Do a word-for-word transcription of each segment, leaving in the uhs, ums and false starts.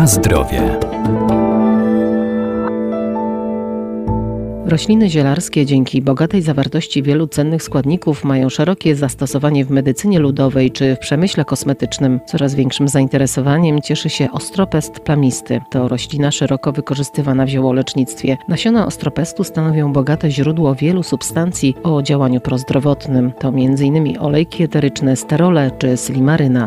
Na zdrowie. Rośliny zielarskie dzięki bogatej zawartości wielu cennych składników mają szerokie zastosowanie w medycynie ludowej czy w przemyśle kosmetycznym. Coraz większym zainteresowaniem cieszy się ostropest plamisty. To roślina szeroko wykorzystywana w ziołolecznictwie. Nasiona ostropestu stanowią bogate źródło wielu substancji o działaniu prozdrowotnym. To między innymi olejki eteryczne, sterole czy silimaryna.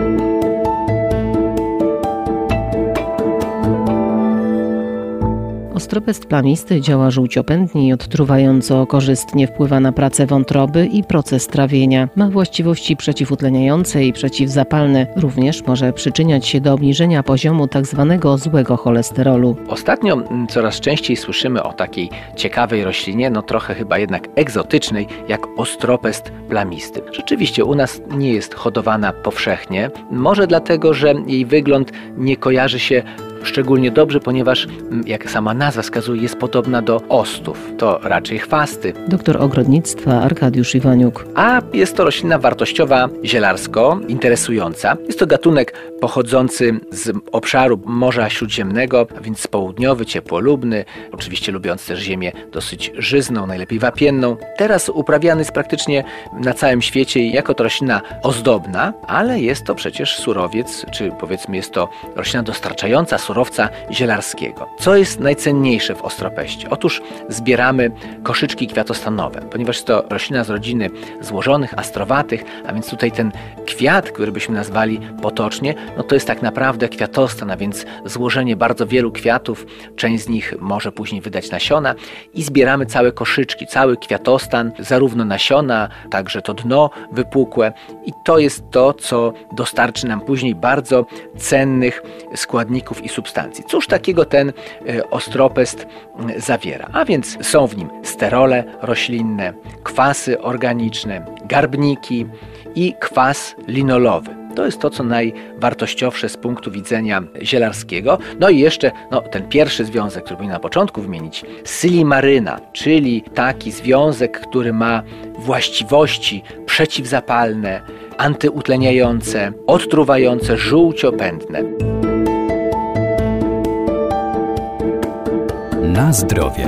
Ostropest plamisty działa żółciopędnie i odtruwająco, korzystnie wpływa na pracę wątroby i proces trawienia. Ma właściwości przeciwutleniające i przeciwzapalne. Również może przyczyniać się do obniżenia poziomu tzw. złego cholesterolu. Ostatnio coraz częściej słyszymy o takiej ciekawej roślinie, no trochę chyba jednak egzotycznej, jak ostropest plamisty. Rzeczywiście u nas nie jest hodowana powszechnie. Może dlatego, że jej wygląd nie kojarzy się szczególnie dobrze, ponieważ, jak sama nazwa wskazuje, jest podobna do ostów. To raczej chwasty. Doktor ogrodnictwa Arkadiusz Iwaniuk. A jest to roślina wartościowa, zielarsko, interesująca. Jest to gatunek pochodzący z obszaru Morza Śródziemnego, a więc południowy, ciepłolubny, oczywiście lubiący też ziemię dosyć żyzną, najlepiej wapienną. Teraz uprawiany jest praktycznie na całym świecie jako to roślina ozdobna, ale jest to przecież surowiec, czy powiedzmy jest to roślina dostarczająca surowca zielarskiego. Co jest najcenniejsze w ostropeście? Otóż zbieramy koszyczki kwiatostanowe, ponieważ jest to roślina z rodziny złożonych, astrowatych, a więc tutaj ten kwiat, który byśmy nazwali potocznie, no to jest tak naprawdę kwiatostan, a więc złożenie bardzo wielu kwiatów, część z nich może później wydać nasiona i zbieramy całe koszyczki, cały kwiatostan, zarówno nasiona, także to dno wypukłe i to jest to, co dostarczy nam później bardzo cennych składników i substancji. Cóż takiego ten ostropest zawiera? A więc są w nim sterole roślinne, kwasy organiczne, garbniki i kwas linolowy. To jest to, co najwartościowsze z punktu widzenia zielarskiego. No i jeszcze no, ten pierwszy związek, który powinien na początku wymienić, silimaryna, czyli taki związek, który ma właściwości przeciwzapalne, antyutleniające, odtruwające, żółciopędne. Na zdrowie.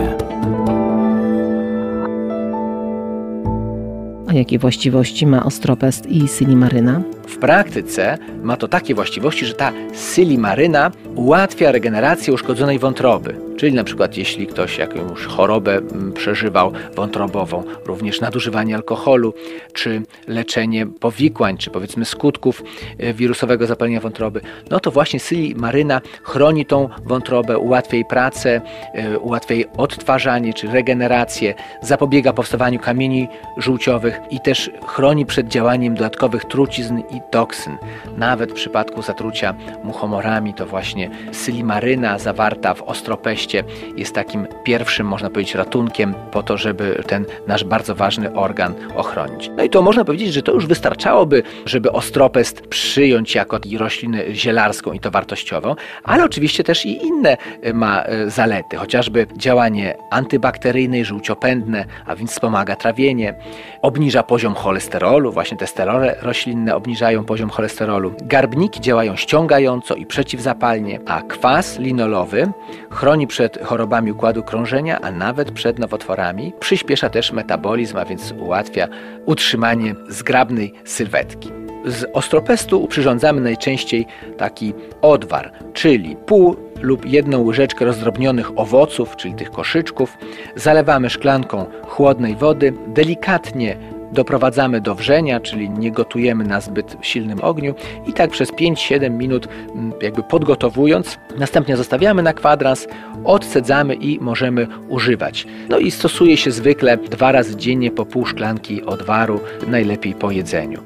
A jakie właściwości ma ostropest i silimaryna? W praktyce ma to takie właściwości, że ta silimaryna ułatwia regenerację uszkodzonej wątroby. Czyli na przykład jeśli ktoś jakąś chorobę przeżywał wątrobową, również nadużywanie alkoholu, czy leczenie powikłań, czy powiedzmy skutków wirusowego zapalenia wątroby, no to właśnie silimaryna chroni tą wątrobę, ułatwia jej pracę, ułatwia jej odtwarzanie, czy regenerację, zapobiega powstawaniu kamieni żółciowych i też chroni przed działaniem dodatkowych trucizn i toksyn. Nawet w przypadku zatrucia muchomorami to właśnie silimaryna zawarta w ostropeście jest takim pierwszym, można powiedzieć, ratunkiem po to, żeby ten nasz bardzo ważny organ ochronić. No i to można powiedzieć, że to już wystarczałoby, żeby ostropest przyjąć jako roślinę zielarską i to wartościową, ale oczywiście też i inne ma zalety, chociażby działanie antybakteryjne i żółciopędne, a więc wspomaga trawienie, obniża poziom cholesterolu, właśnie te sterole roślinne obniżają poziom cholesterolu, garbniki działają ściągająco i przeciwzapalnie, a kwas linolowy chroni przed chorobami układu krążenia, a nawet przed nowotworami. Przyspiesza też metabolizm, a więc ułatwia utrzymanie zgrabnej sylwetki. Z ostropestu przyrządzamy najczęściej taki odwar, czyli pół lub jedną łyżeczkę rozdrobnionych owoców, czyli tych koszyczków. Zalewamy szklanką chłodnej wody, delikatnie doprowadzamy do wrzenia, czyli nie gotujemy na zbyt silnym ogniu i tak przez pięć siedem minut jakby podgotowując, następnie zostawiamy na kwadrans, odcedzamy i możemy używać. No i stosuje się zwykle dwa razy dziennie po pół szklanki odwaru, najlepiej po jedzeniu.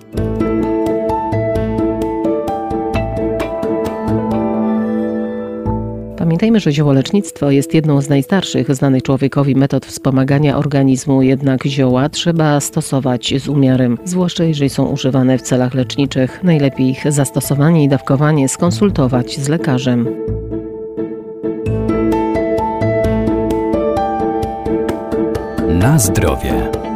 Pamiętajmy, że ziołolecznictwo jest jedną z najstarszych znanych człowiekowi metod wspomagania organizmu, jednak zioła trzeba stosować z umiarem, zwłaszcza jeżeli są używane w celach leczniczych. Najlepiej ich zastosowanie i dawkowanie skonsultować z lekarzem. Na zdrowie.